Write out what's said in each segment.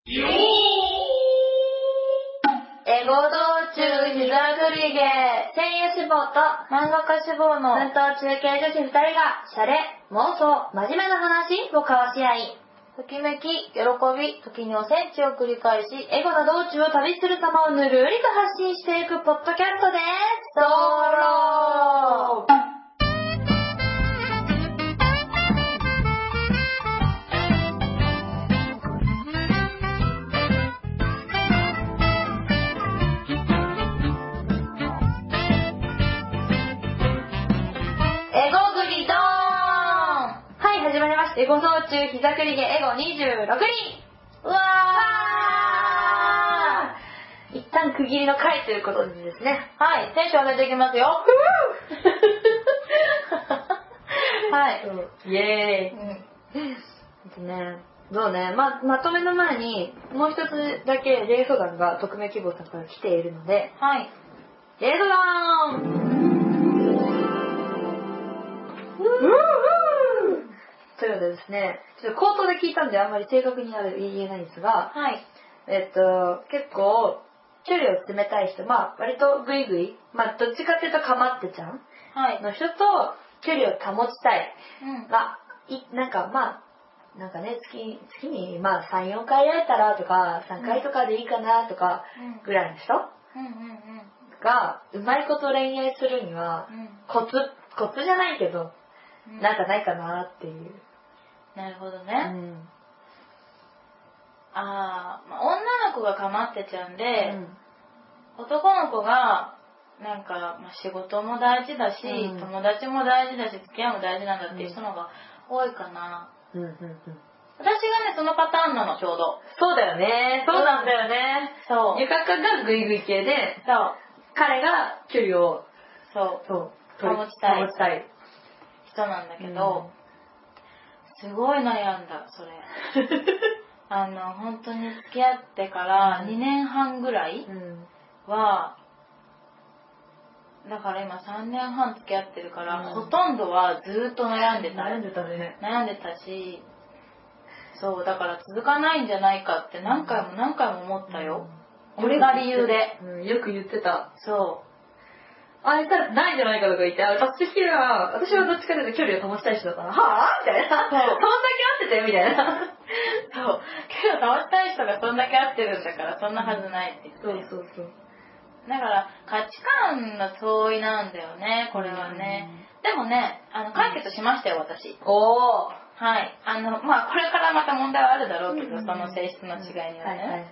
エゴ道中膝栗毛、声優志望と漫画家志望の奮闘中継女子2人がシャレ、妄想、真面目な話を交わし合い、ときめき、喜び、時におセンチを繰り返し、エゴな道中を旅する様をぬるりと発信していくポッドキャストです。ソロー。エゴ道中膝栗毛エゴ26人。うわー、一旦区切りの回ということでですね。はい、テンション上げていきますよ。はい、イエーイ。ね、どうね、まとめの前にもう一つだけレイ相談が匿名希望さんから来ているので、はい、レイ相談。というのでですね、ちょっと口頭で聞いたんであんまり正確に言えないんですが、はい、結構距離を詰めたい人、割とグイグイ、どっちかっていうとかまってちゃんの人と距離を保ちたいが、なんかね、月に3、4回会えたらとか、3回とかでいいかなとかぐらいの人が、うまいこと恋愛するには、コツじゃないけど、なんかないかなっていう。なるほどね。女の子がかまってちゃうんで、男の子がなんか、仕事も大事だし、友達も大事だし、付き合いも大事なんだっていう人の方が多いかな。私がね、そのパターンなの、ちょうど。そうだよね。そうなんだよね。そう。ゆかかがグイグイ系で、そう。彼が距離を、保ちたい人なんだけど、すごい悩んだ、それ。本当に付き合ってから2年半ぐらいは、だから今3年半付き合ってるから、ほとんどはずっと悩んでた。悩んでたし、そう、だから続かないんじゃないかって何回も思ったよ。これが理由で。よく言ってた。そう。あいつらないんじゃないかとか言って、私はどっちかというと距離を保ちたい人だから、はぁみたいな。そんだけ合っててみたいな。そう。距離を保ちたい人がそんだけ合ってるんだから、そんなはずないって言って。そう。だから、価値観の相違なんだよね、これはね。でもね、解決しましたよ、私。おー。はい。これからまた問題はあるだろうけど、その性質の違いにはね。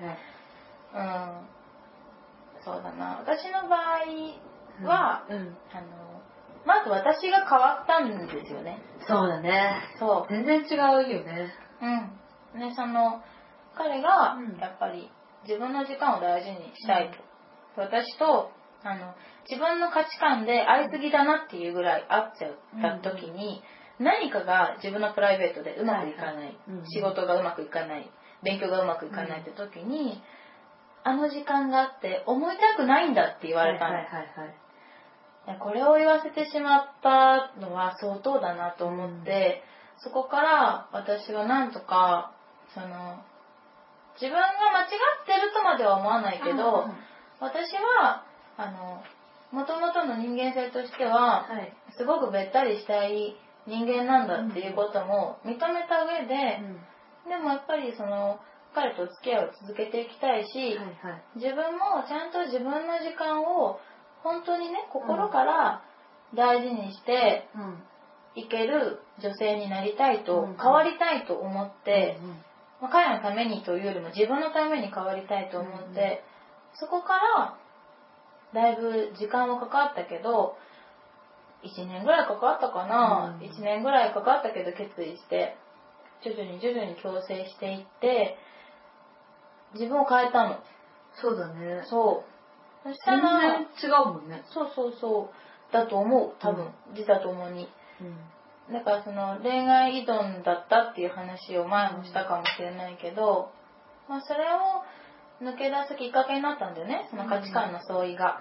そうだな。私の場合は、まず私が変わったんですよね。そうだね。そう。全然違うよね。ね、彼が、やっぱり自分の時間を大事にしたいと。私と、自分の価値観で会いすぎだなっていうぐらい会っちゃった時に、何かが自分のプライベートでうまくいかない。仕事がうまくいかない。勉強がうまくいかないって時に、あの時間があって思いたくないんだって言われたの。これを言わせてしまったのは相当だなと思って、そこから私はなんとか自分が間違ってるとまでは思わないけど、私はもともとの人間性としては、すごくべったりしたい人間なんだっていうことも認めた上で、でもやっぱり彼とお付き合いを続けていきたいし、自分もちゃんと自分の時間を本当にね、心から大事にしていける女性になりたいと、変わりたいと思って、彼のためにというよりも自分のために変わりたいと思って、そこからだいぶ時間はかかったけど、1年ぐらいかかったかな、1年ぐらいかかったけど決意して、徐々に矯正していって、自分を変えたの。そうだね。そう。そしたら、全然違うもんね。そう。だと思う、多分。自他ともに。だから恋愛依存だったっていう話を前もしたかもしれないけど、それを抜け出すきっかけになったんだよね、その価値観の相違が。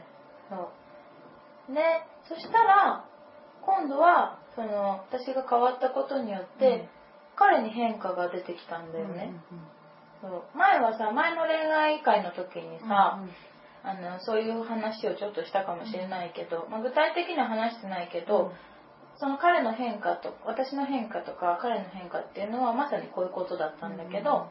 そう。で、そしたら、今度は、私が変わったことによって、彼に変化が出てきたんだよね。そう。前はさ、前の恋愛会の時にさ、そういう話をちょっとしたかもしれないけど、具体的には話してないけど、その彼の変化と私の変化とか彼の変化っていうのはまさにこういうことだったんだけど、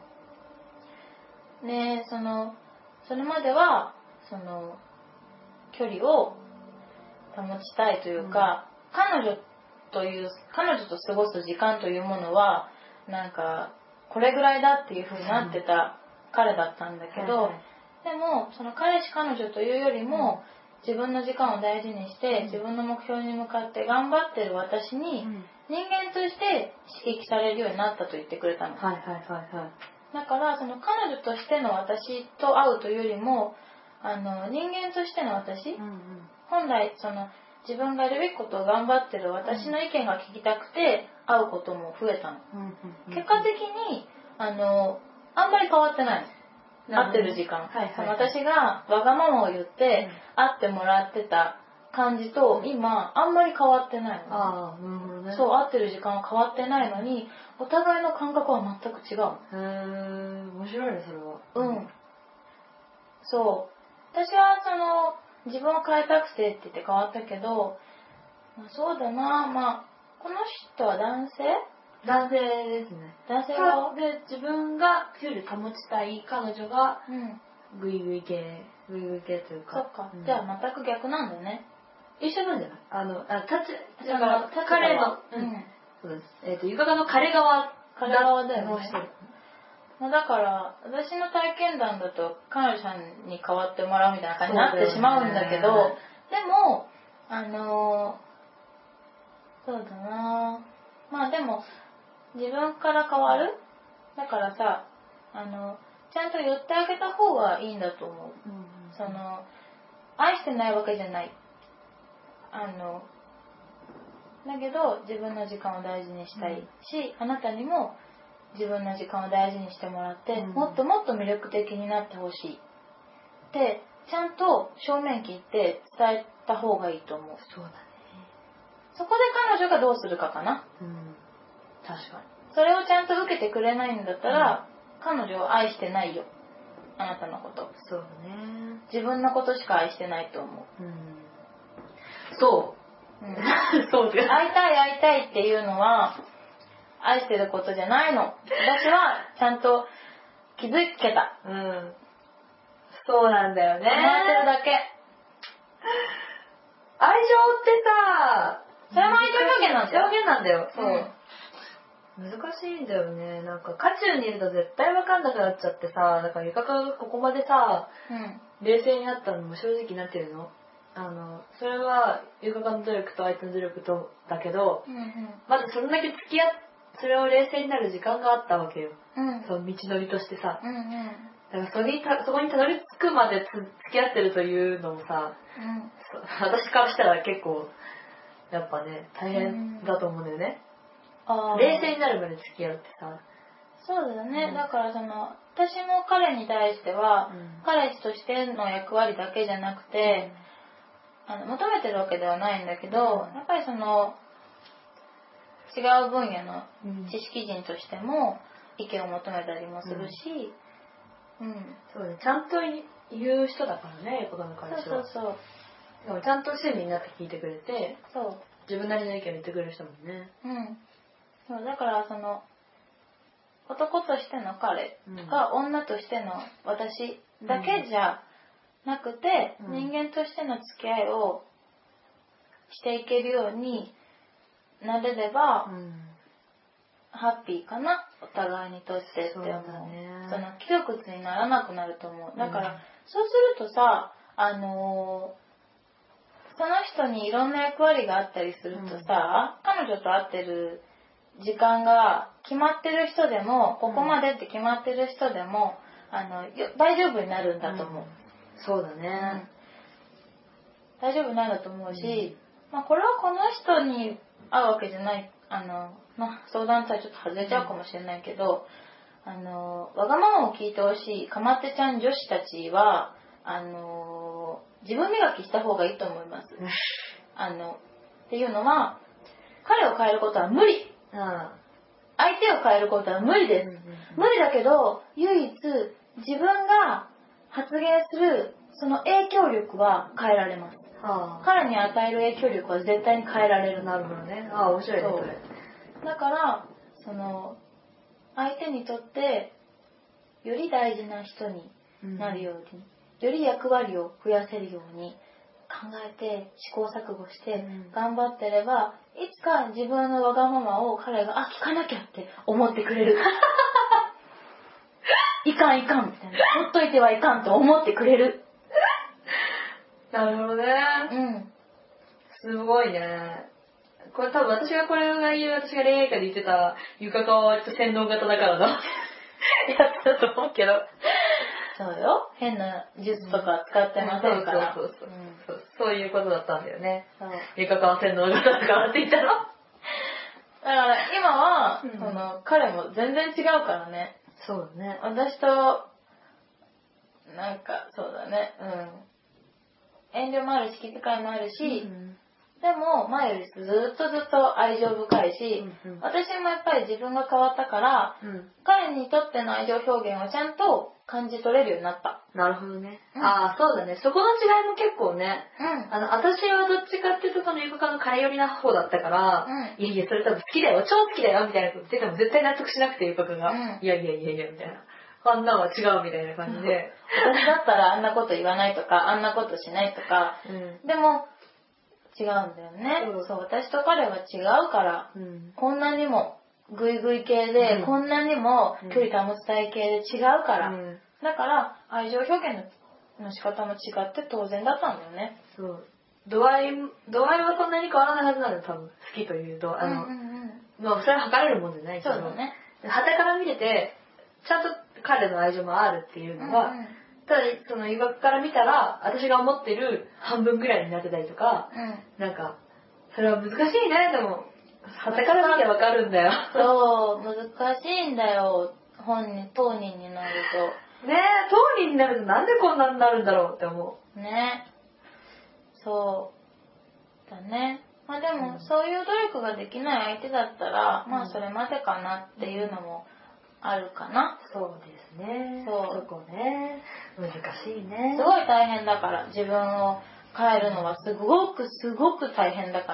ね、それまではその距離を保ちたいというか、彼女と過ごす時間というものはなんかこれぐらいだっていう風になってた彼だったんだけど、でもその彼氏彼女というよりも、自分の時間を大事にして自分の目標に向かって頑張ってる私に、人間として刺激されるようになったと言ってくれたの。だからその彼女としての私と会うというよりも、人間としての私、本来その自分がやるべきことを頑張ってる私の意見が聞きたくて会うことも増えたの。結果的にあんまり変わってないの。会ってる時間、私がわがままを言って会ってもらってた感じと今あんまり変わってないの。そう、会ってる時間は変わってないのにお互いの感覚は全く違う。 面白いねそれは。 そう、私は自分を変えたくてって言って変わったけど、そうだな、この人は男性ですね。 男性はで自分が距離保ちたい彼女がグイグイ系というか。 そっか、じゃあ全く逆なんだね。 一緒なんじゃない？彼のそうです。浴衣の彼側だよね。だから私の体験談だと彼女さんに代わってもらうみたいな感じになってしまうんだけど、でもそうだな、でも自分から変わる。だからさ、ちゃんと言ってあげた方がいいんだと思う。愛してないわけじゃない。だけど自分の時間を大事にしたいし、あなたにも自分の時間を大事にしてもらって、もっともっと魅力的になってほしいってちゃんと正面切って伝えた方がいいと思う。 そうだね。 そこで彼女がどうするかかな。 確かに。 それをちゃんと受けてくれないんだったら、彼女を愛してないよ。あなたのこと。 そうだね。 自分のことしか愛してないと思う。 そう。そうです。 会いたいっていうのは愛してることじゃないの。私はちゃんと気づけた。 そうなんだよね。 甘えてるだけ。 愛情ってさ、 それも愛情表現なんだよ。 表現なんだよ。そう。難しいんだよね。なんか渦中にいると絶対分かんなくなっちゃってさ、だからゆかかがここまでさ、冷静になったのも正直なってるの。それはゆかかの努力と相手の努力とだけど、まずそれだけそれを冷静になる時間があったわけよ。その道のりとしてさ。だからそこにたどり着くまで付き合ってるというのもさ、私からしたら結構やっぱね大変だと思うんだよね。冷静になるまで付き合うってさ。 そうだよね。だから私も彼に対しては、彼氏としての役割だけじゃなくて、求めてるわけではないんだけど、やっぱり違う分野の知識人としても意見を求めたりもするし、 そうね、ちゃんと言う人だからね、横田の彼氏は。そうでもちゃんと親身になって聞いてくれて、自分なりの意見を言ってくれる人もね。 そうだから男としての彼が女としての私だけじゃなくて、人間としての付き合いをしていけるようになれれば、ハッピーかな、お互いにとってって思う。既読にならなくなると思う。だから、そうするとさ、その人にいろんな役割があったりするとさ、彼女と会ってる時間が決まってる人でも、ここまでって決まってる人でも、大丈夫になるんだと思う。 そうだね。 大丈夫になると思うし、これはこの人に会うわけじゃない、相談とはちょっと外れちゃうかもしれないけど、わがままを聞いてほしいかまってちゃん女子たちは、自分磨きした方がいいと思います。っていうのは、彼を変えることは無理。相手を変えることは無理です。無理だけど、唯一自自分が発言するその影響力は変えられます。彼に与える影響力は絶対に変えられる。 なるほどね。面白いね、それ。 だから、相手にとって、より大事な人になるように、より役割を増やせるように考えて、試行錯誤して、頑張ってれば、いつか自分のわがままを彼が、聞かなきゃって思ってくれる。いかんみたいな。ほっといてはいかんと思ってくれる。 なるほどね。すごいね。これ多分私が恋愛会で言ってた床川は割と洗脳型だからのやつだと思うけど。 そうよ。変な術とか使ってませんから。 そういうことだったんだよね。床川洗脳型だからって言ったの。だから今は、彼も全然違うからね。 そうだね。 私と、なんか、そうだね。遠慮もあるし、気遣いもあるし、でも前よりずっと愛情深いし、私もやっぱり自分が変わったから、彼にとっての愛情表現をちゃんと感じ取れるようになった。 なるほどね。そうだね。そこの違いも結構ね。私はどっちかっていうと床川の彼寄りな方だったから、いや、それ多分好きだよ、超好きだよ、みたいなこと言ってても絶対納得しなくて床川が、いや、みたいな。あんなは違うみたいな感じで。 私だったらあんなこと言わないとか、あんなことしないとか、でも、違うんだよね。そう、私と彼は違うから、こんなにもグイグイ系で、こんなにも距離保つ体系で違うから、だから愛情表現の仕方も違って当然だったんだよね。 そう。度合いはそんなに変わらないはずなのよ、多分。好きというと。まあ、それは測れるもんじゃないけど。 そうだね。 傍から見てて、ちゃんと彼の愛情もあるっていうのが、ただ、その床から見たら、私が思ってる半分ぐらいになってたりとか、なんか、それは難しいね、でも。傍から見てわかるんだよ。 そう、難しいんだよ。当人になると。 ねえ、当人になるとなんでこんなになるんだろうって思う。ね。そうだね。まあでも、そういう努力ができない相手だったら、まあそれまでかなっていうのもあるかな。 そうですね。そこね。難しいね。 すごい大変だから、自分を変えるのはすごく大変だから、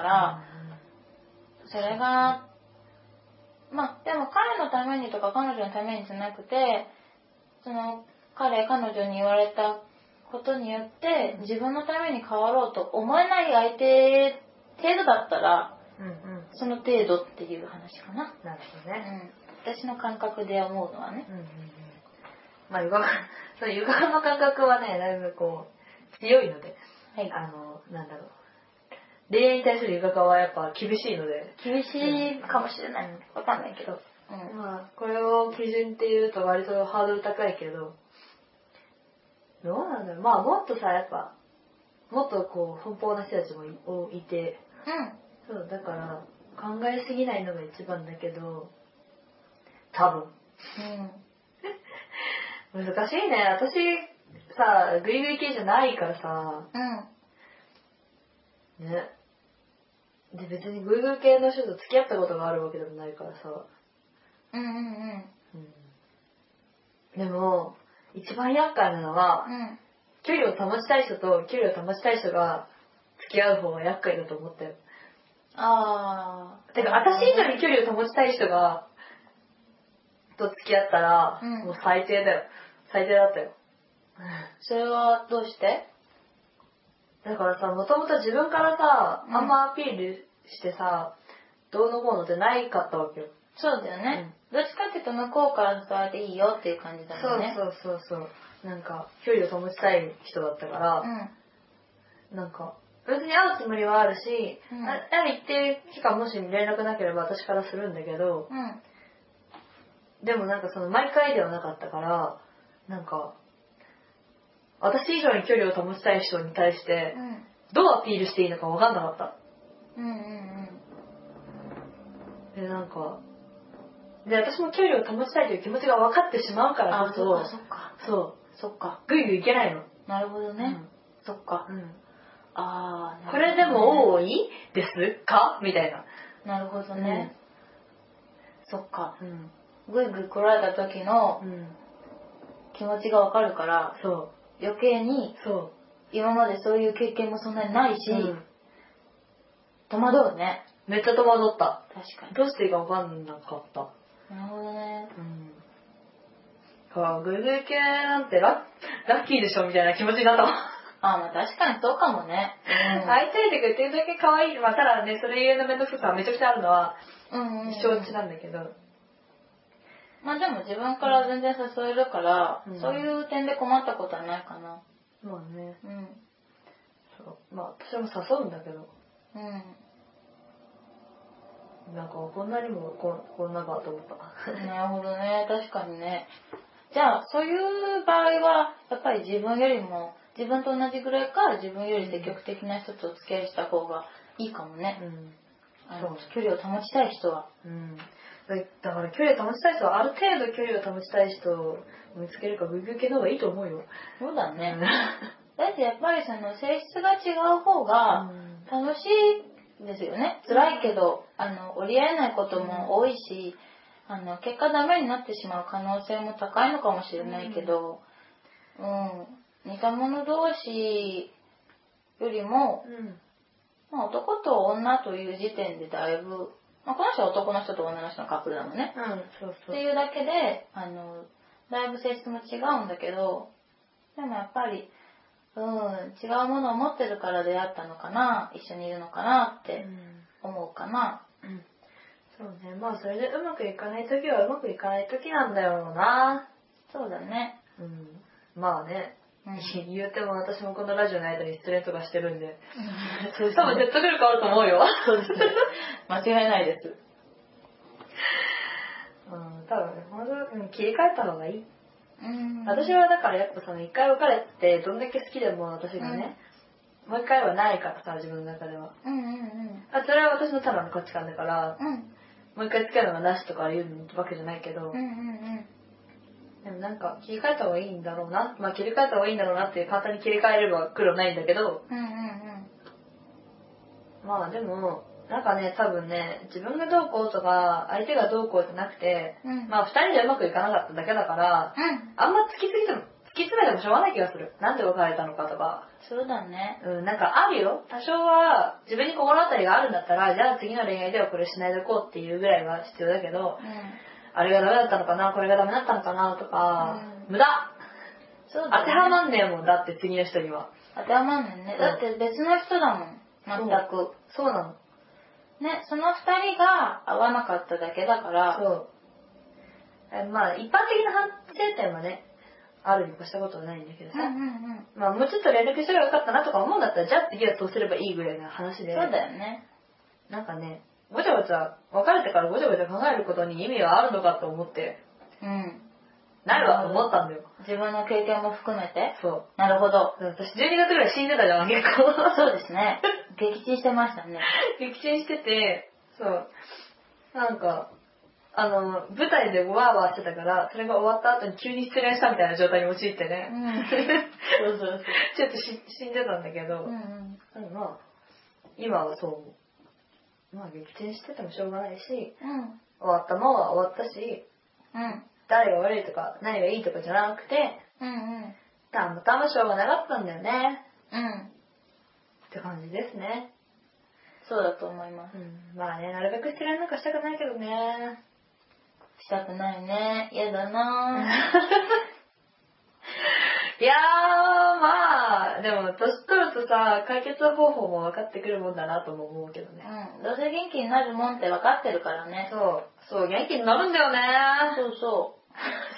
それが、まあでも彼のためにとか彼女のためにじゃなくて、彼女に言われたことによって自分のために変わろうと思えない相手程度だったら、その程度っていう話かな。 なるほどね。 私の感覚で思うのはね。 まあ、床の感覚はね、だいぶ強いので、なんだろう。恋愛に対する床はやっぱ厳しいので。 厳しいかもしれない。わかんないけど。 まあ、これを基準っていうと割とハードル高いけど、どうなんだろう。まあ、もっとさ、やっぱ、もっと奔放な人たちもいて、そう、だから、考えすぎないのが一番だけど、多分。難しいね。私、さ、グイグイ系じゃないからさ、ね。で、別にグイグイ系の人と付き合ったことがあるわけでもないからさ。でも、一番厄介なのは、距離を保ちたい人と距離を保ちたい人が付き合う方が厄介だと思ったよ。てか、私以上に距離を保ちたい人が、と付き合ったら、もう最低だよ。最低だったよ。 それはどうして？ だからさ、もともと自分からさ、あんまアピールしてさ、どうのこうのってないかったわけよ。 そうだよね。どっちかっていうと向こうから伝えていいよっていう感じだもんね。 そう。なんか、距離を保ちたい人だったから、なんか、別に会うつもりはあるし、ある一定期間もし連絡なければ私からするんだけど、でもなんか毎回ではなかったから、なんか、私以上に距離を保ちたい人に対して、どうアピールしていいのか分かんなかった。で、なんか、で、私も距離を保ちたいという気持ちが分かってしまうからこそ、 そっか。 ぐいぐいいけないの。 なるほどね。そっか。 これでも多いですかみたいな。 なるほどね。そっか。ぐいぐい来られた時の気持ちがわかるから、余計に、今までそういう経験もそんなにないし、戸惑うね。 めっちゃ戸惑った。 確かに。 どうしていいかわかんなかった。 なるほどね。 グーグー系なんてラッキーでしょみたいな気持ちになったもん。 まあ確かにそうかもね。 会いたいとか言ってるだけ可愛い。まあただね、それゆえの面倒くささはめちゃくちゃあるのは、承知なんだけど。 まあでも自分から全然誘えるから、そういう点で困ったことはないかな。 まあね。そう。まあ私も誘うんだけど。なんかこんなにもこんなかと思った。 なるほどね。確かにね。じゃあそういう場合は、やっぱり自分よりも、自分と同じぐらいか自分より積極的な人とお付き合いした方がいいかもね。距離を保ちたい人は。 だから距離を保ちたい人はある程度距離を保ちたい人を見つけるかグーグー系の方がいいと思うよ。 そうだね。だってやっぱりその性質が違う方が楽しいですよね。辛いけど折り合えないことも多いし、結果ダメになってしまう可能性も高いのかもしれないけど、似た者同士よりも、まあ、男と女という時点でだいぶ、まあ、この人は男の人と女の人のカップルだもんね。っていうだけでだいぶ性質も違うんだけど、でもやっぱり違うものを持ってるから出会ったのかな、一緒にいるのかなって思うかな。 そうね。まあそれでうまくいかない時はうまくいかない時なんだよな。 そうだね。 まあね。言うても私もこのラジオの間に失恋とかしてるんで、多分説得力あると思うよ。 そうですね。間違いないです。 多分切り替えた方がいい。私はだからやっぱその一回別れてどんだけ好きでも私がね、もう一回はないからさ、自分の中では。それは私のただの価値観だから、もう一回付き合うのがなしとか言うわけじゃないけど、でもなんか切り替えた方がいいんだろうな。まあ切り替えた方がいいんだろうなって簡単に切り替えれば苦労ないんだけど、まあでも、なんかね、多分ね、自分がどうこうとか、相手がどうこうじゃなくて、まあ二人でうまくいかなかっただけだから、あんま突き詰めてもしょうがない気がする。なんで別れたのかとか。 そうだね。 なんかあるよ。多少は自分に心当たりがあるんだったら、じゃあ次の恋愛ではこれしないでおこうっていうぐらいは必要だけど、あれがダメだったのかな、これがダメだったのかなとか、無駄。そうだね。当てはまんねえもんだって次の人には。 当てはまんねんね。だって別の人だもん。全く。 そうなの。 ね、その二人が合わなかっただけだから。 そう。まあ一般的な反省点はね、あるに越したことはないんだけどさ。まあもうちょっと連絡したらよかったなとか思うんだったら、じゃあ次はどうすればいいぐらいな話で。 そうだよね。 なんかね、ごちゃごちゃ、別れてからごちゃごちゃ考えることに意味はあるのかと思って。ないわと思ったんだよ。 自分の経験も含めて。 そう。 なるほど。 私12月ぐらい死んでたじゃん、結構。 そうですね。撃沈してましたね。 撃沈してて、そう。なんか、舞台でワーワーしてたから、それが終わった後に急に失恋したみたいな状態に陥ってね。 そうそうそう。 ちょっと死んでたんだけど、まあ、今はそう思う。まあ、撃沈しててもしょうがないし、終わったもんは終わったし、誰が悪いとか、何がいいとかじゃなくて、たまたましょうがなかったんだよね。って感じですね。 そうだと思います。 まあね、なるべく失恋なんかしたくないけどね。 したくないね。嫌だないやー、まあ、でも、年取るとさ、解決方法も分かってくるもんだなとも思うけどね。 どうせ元気になるもんって分かってるからね。 そう、元気になるんだよね。 そう。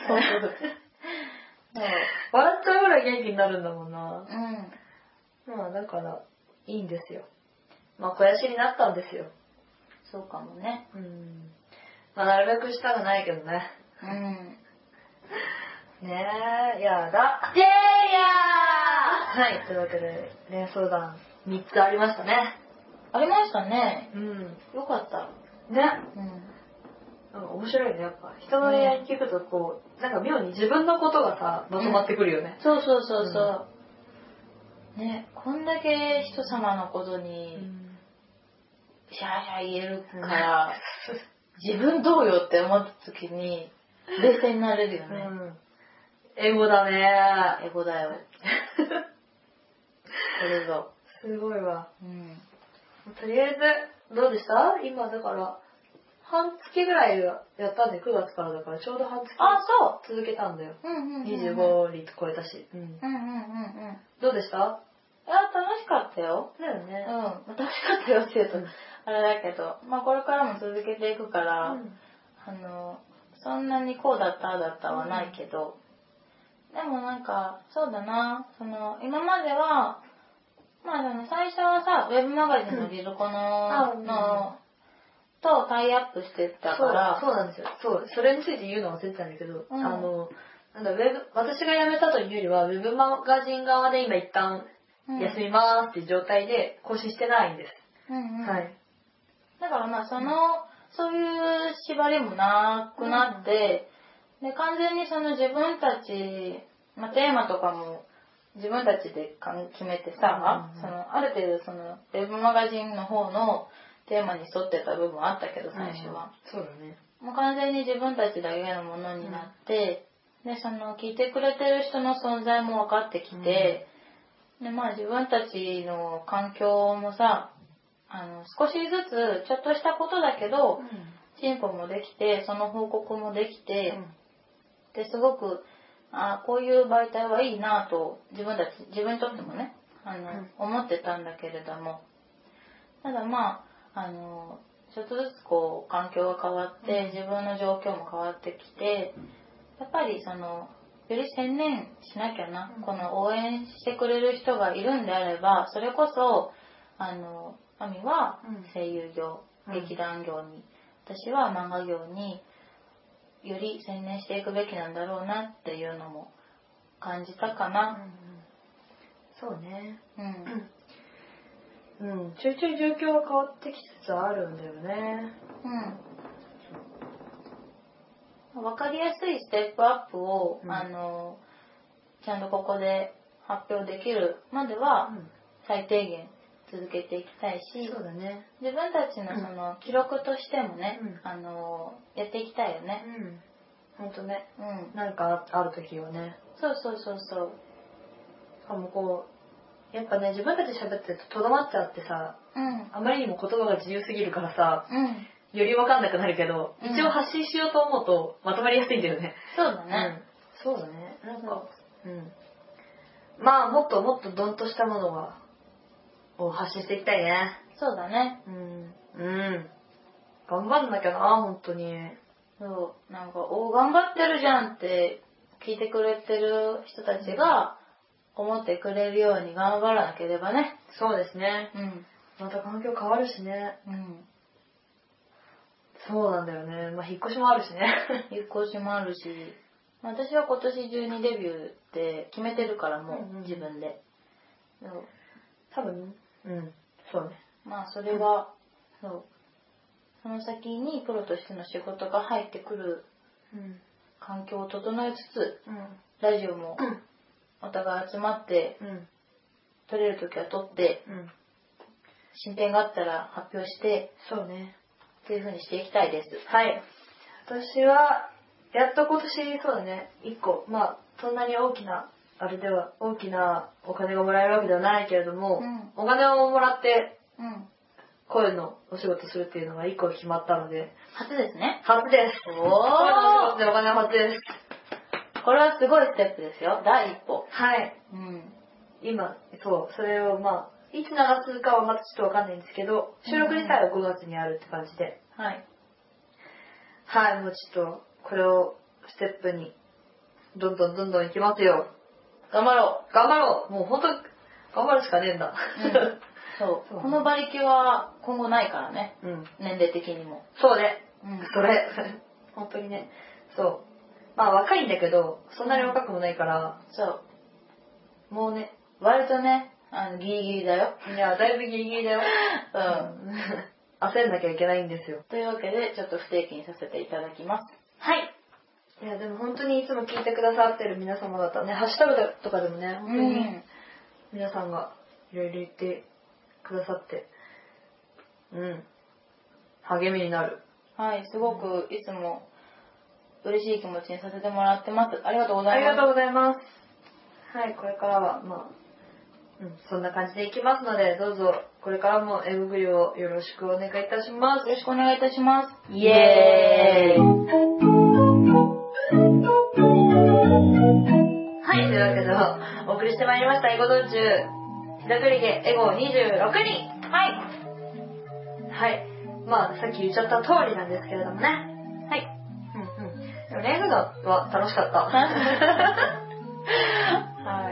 笑っちゃうぐらい元気になるんだもんな。まあ、だから、いいんですよ。まあ、肥やしになったんですよ。 そうかもね。 まあ、なるべくしたくないけどね。ねえ、やだ。 はい、 というわけで、恋愛相談3つありましたね。 ありましたね。よかった。 ね。なんか面白いね、やっぱ。人の恋愛聞くとこう、なんか妙に自分のことがさ、まとまってくるよね。 そう。ね、こんだけ人様のことに、シャーシャー言えるから、自分どうよって思った時に、冷静になれるよね。 エゴだね。 エゴだよ。これぞ。 すごいわ。とりあえず、どうでした？今だから、半月ぐらいやったんで、9月からだから、ちょうど半月続けたんだよ。25リットル超えたし。どうでした？ 楽しかったよ。 だよね。 楽しかったよって言うと、あれだけど、まあこれからも続けていくから、そんなにこうだっただったはないけど、でもなんか、そうだな、今までは、まあ最初はさ、ウェブマガジンのリゾコの、とタイアップしてたから。 そうなんですよ。そう、それについて言うの忘れてたんだけど、私が辞めたというよりは、ウェブマガジン側で今一旦休みますっていう状態で更新してないんです。はい。 だからまあそういう縛りもなくなって、で、完全に自分たち、まあテーマとかも自分たちで決めてさ、ある程度ウェブマガジンの方のテーマに沿ってた部分はあったけど、最初は。 そうだね。 もう完全に自分たちだけのものになって、で、聞いてくれてる人の存在も分かってきて、で、まあ自分たちの環境もさ、少しずつ、ちょっとしたことだけど、進歩もできて、その報告もできて、で、すごく、こういう媒体はいいなと、自分にとってもね、思ってたんだけれども、ただまあ、ちょっとずつ環境が変わって、自分の状況も変わってきて、やっぱりより専念しなきゃな、この応援してくれる人がいるんであれば、それこそ、アミは声優業、劇団業に、私は漫画業により専念していくべきなんだろうなっていうのも感じたかな。 そうね。ちょいちょい状況が変わってきつつあるんだよね。 わかりやすいステップアップを、ちゃんとここで発表できるまでは、最低限続けていきたいし、 そうだね。 自分たちの記録としてもね、やっていきたいよね。 ほんとね。なんかある時はね。 そう。 しかもやっぱね、自分たち喋ってるととどまっちゃってさ、あまりにも言葉が自由すぎるからさ、より分かんなくなるけど、一応発信しようと思うとまとまりやすいんだよね。 そうだね。 そうだね。なんか、まあ、もっともっとドンとしたものを発信していきたいね。 そうだね。 頑張んなきゃな、本当に。 そう、なんか、頑張ってるじゃんって聞いてくれてる人たちが思ってくれるように頑張らなければね。 そうですね。また環境変わるしね。そうなんだよね。まあ、引っ越しもあるしね。 引っ越しもあるし、私は今年中にデビューって決めてるからもう、自分で。 多分、そうね。 まあ、それは、その先にプロとしての仕事が入ってくる環境を整えつつ、ラジオもお互い集まって、撮れるときは撮って、進展があったら発表して、 そうね。 っていう風にしていきたいです。 はい。私は、やっと今年、そうだね、1個、まあ、そんなに大きなお金がもらえるわけではないけれども、お金をもらって、声のお仕事するっていうのが1個決まったので。 初ですね。 初です。声のお仕事でお金は初です。 これはすごいステップですよ。第一歩。 はい。今、それをまあ、いつ流すかはまだちょっとわかんないんですけど、収録自体は5月にあるって感じで。はい。はい、もうちょっと、これをステップに、どんどんいきますよ。 頑張ろう。もう本当頑張るしかねえんだ。 そう。この馬力は今後ないからね。年齢的にも。 そうね。それ。本当にね。そう。まあ若いんだけど、そんなに若くもないから。 そう。 もうね。 割とね、ギリギリだよ。 いや、だいぶギリギリだよ。焦んなきゃいけないんですよ。 というわけで、ちょっと不定期にさせていただきます。 はい。いや、でも本当にいつも聞いてくださってる皆様方ね、ハッシュタグとかでもね、本当に皆さんがいろいろ言ってくださって、励みになる。 はい、すごくいつも嬉しい気持ちにさせてもらってます。ありがとうございます。 ありがとうございます。はい、これからは、そんな感じでいきますので、どうぞ、これからもえぐぐりをよろしくお願いいたします。 よろしくお願いいたします。 イエーイ。はい、というわけで、お送りしてまいりました、エゴ道中、日高りげエゴ26人。はい。まあ、さっき言っちゃった通りなんですけれどもね。はい。でも、レングは楽しかった。 はい。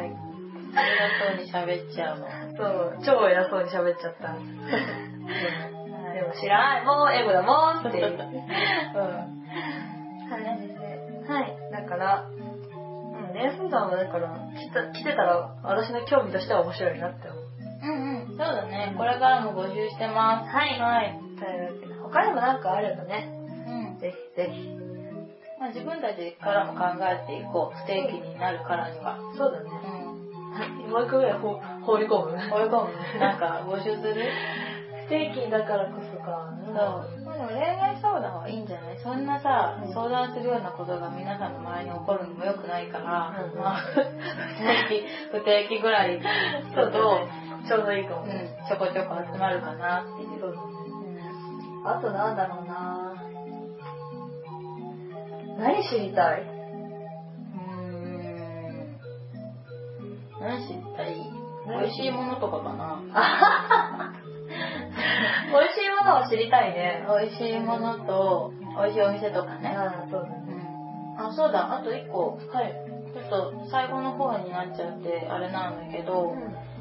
偉そうに喋っちゃうの。 そう、超偉そうに喋っちゃった。でも知らないもん、英語だもんっていう。はい。だから、恋相談はだから、来てたら私の興味としては面白いなって思う。 そうだね。これからも募集してます。 はい。というわけで、他にもなんかあればね。ぜひぜひ。 まあ自分たちからも考えていこう。不定期になるからには。 そうだね。もう一個ぐらい放り込む。 なんか募集する？ 不定期だからこそか。 そう。でも恋愛相談はいいんじゃない？そんなさ、相談するようなことが皆さんの周りに起こるのも良くないから、まあ不定期ぐらいだとちょうどいいかも。 ちょこちょこ集まるかなっていう。 そうだね。あとなんだろうな。何知りたい？ 何知りたい？美味しいものとかかな。 美味しいものを知りたいね。 美味しいものと美味しいお店とかね。 そうだね。 そうだ。あと一個。ちょっと最後の方になっちゃってあれなんだけど、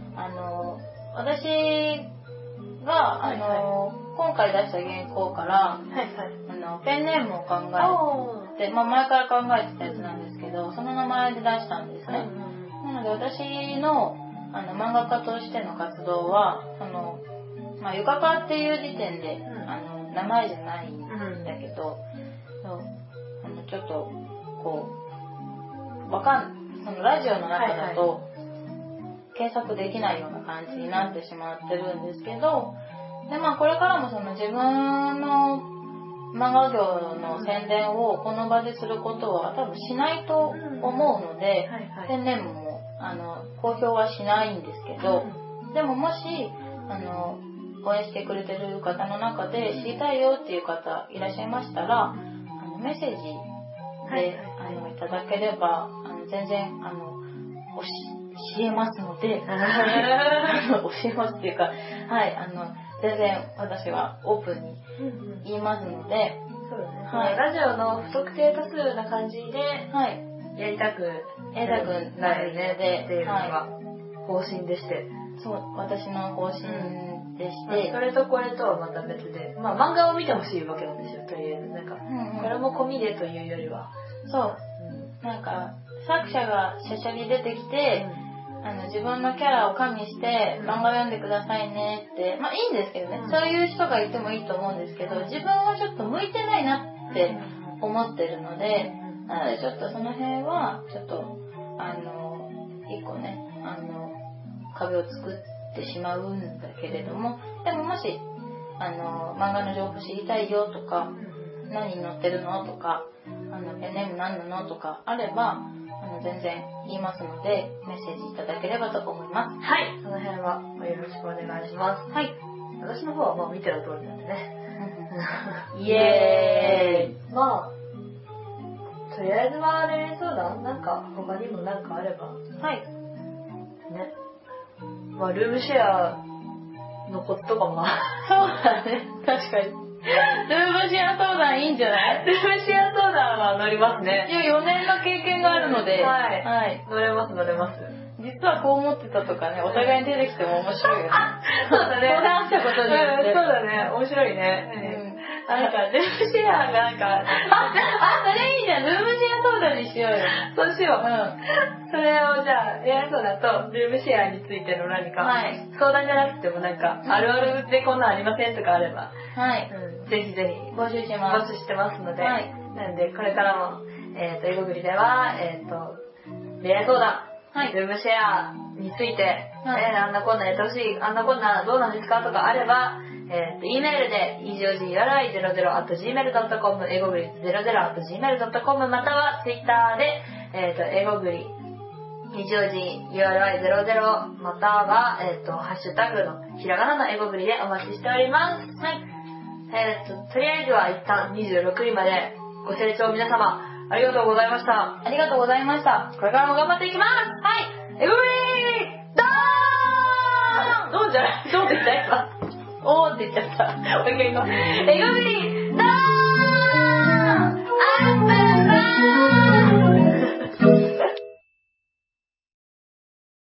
私が今回出した原稿から、ペンネームを考えて、前から考えてたやつなんですけど、その名前で出したんですね。なので私の漫画家としての活動はゆかかっていう時点で、名前じゃないんだけど、ちょっとこうそのラジオの中だと、検索できないような感じになってしまってるんですけど、でこれからもその自分の漫画業の宣伝をこの場ですることは多分しないと思うので、ペンネームも公表はしないんですけど、でももし応援してくれてる方の中で知りたいよっていう方いらっしゃいましたら、メッセージでいただければ全然教えますので教えますっていうか、全然私はオープンに言いますので、 そうだね。ラジオの不特定多数な感じで、やりたくなるねっていうのが方針でして、 そう、私の方針でして、 それとこれとはまた別で、漫画を見てほしいわけなんですよ。とりあえずこれも込みでというよりは、 そう、作者がしゃしゃり出てきて。自分のキャラを加味して漫画読んでくださいねって、いいんですけどね、そういう人がいてもいいと思うんですけど、自分はちょっと向いてないなって思ってるので、なのでちょっとその辺はちょっと一個ね壁を作ってしまうんだけれども、でももし漫画の情報知りたいよとか、何に載ってるのとか、ペンネーム何なのとかあれば全然言いますので、メッセージいただければと思います。 はい、その辺はよろしくお願いします。 はい。 私の方は見ての通りなんでね。 イエーイ。 とりあえずは恋愛相談他にもなんかあれば。 はい。 ね。ルームシェアのこととかも。 そうだね。確かに。ルームシェア相談いいんじゃない？ ルームシェア相談は乗りますね。 いや、4年の経験があるので、 乗れます。 実はこう思ってたとかね、お互いに出てきても面白いよね。 そうだね。 相談したことによって。 そうだね、面白いね。ルームシェアがそれいいじゃん、ルームシェア相談にしようよ。 そうしよう。それをじゃあ、恋愛相談とルームシェアについての何か、相談じゃなくてもあるあるでこんなんありませんとかあれば、ぜひぜひ募集します。 募集してますので、なんでこれからも、エゴグリでは、恋愛相談ルームシェアについて、あんなこんなやってほしい、あんなこんなどうなんですかとかあれば、E メールでegoji00@gmail.com 英語グリ 00@gmail.com または Twitter で、英語グリegoji00 または、ハッシュタグのひらがなの英語グリでお待ちしております。はい。とりあえずは一旦26位までご清聴皆様ありがとうございました。 ありがとうございました。 これからも頑張っていきます。はい。英語グリドーンドーンじゃないドーンって言った今。おーって言っちゃった。もう一回行こう。英語グリ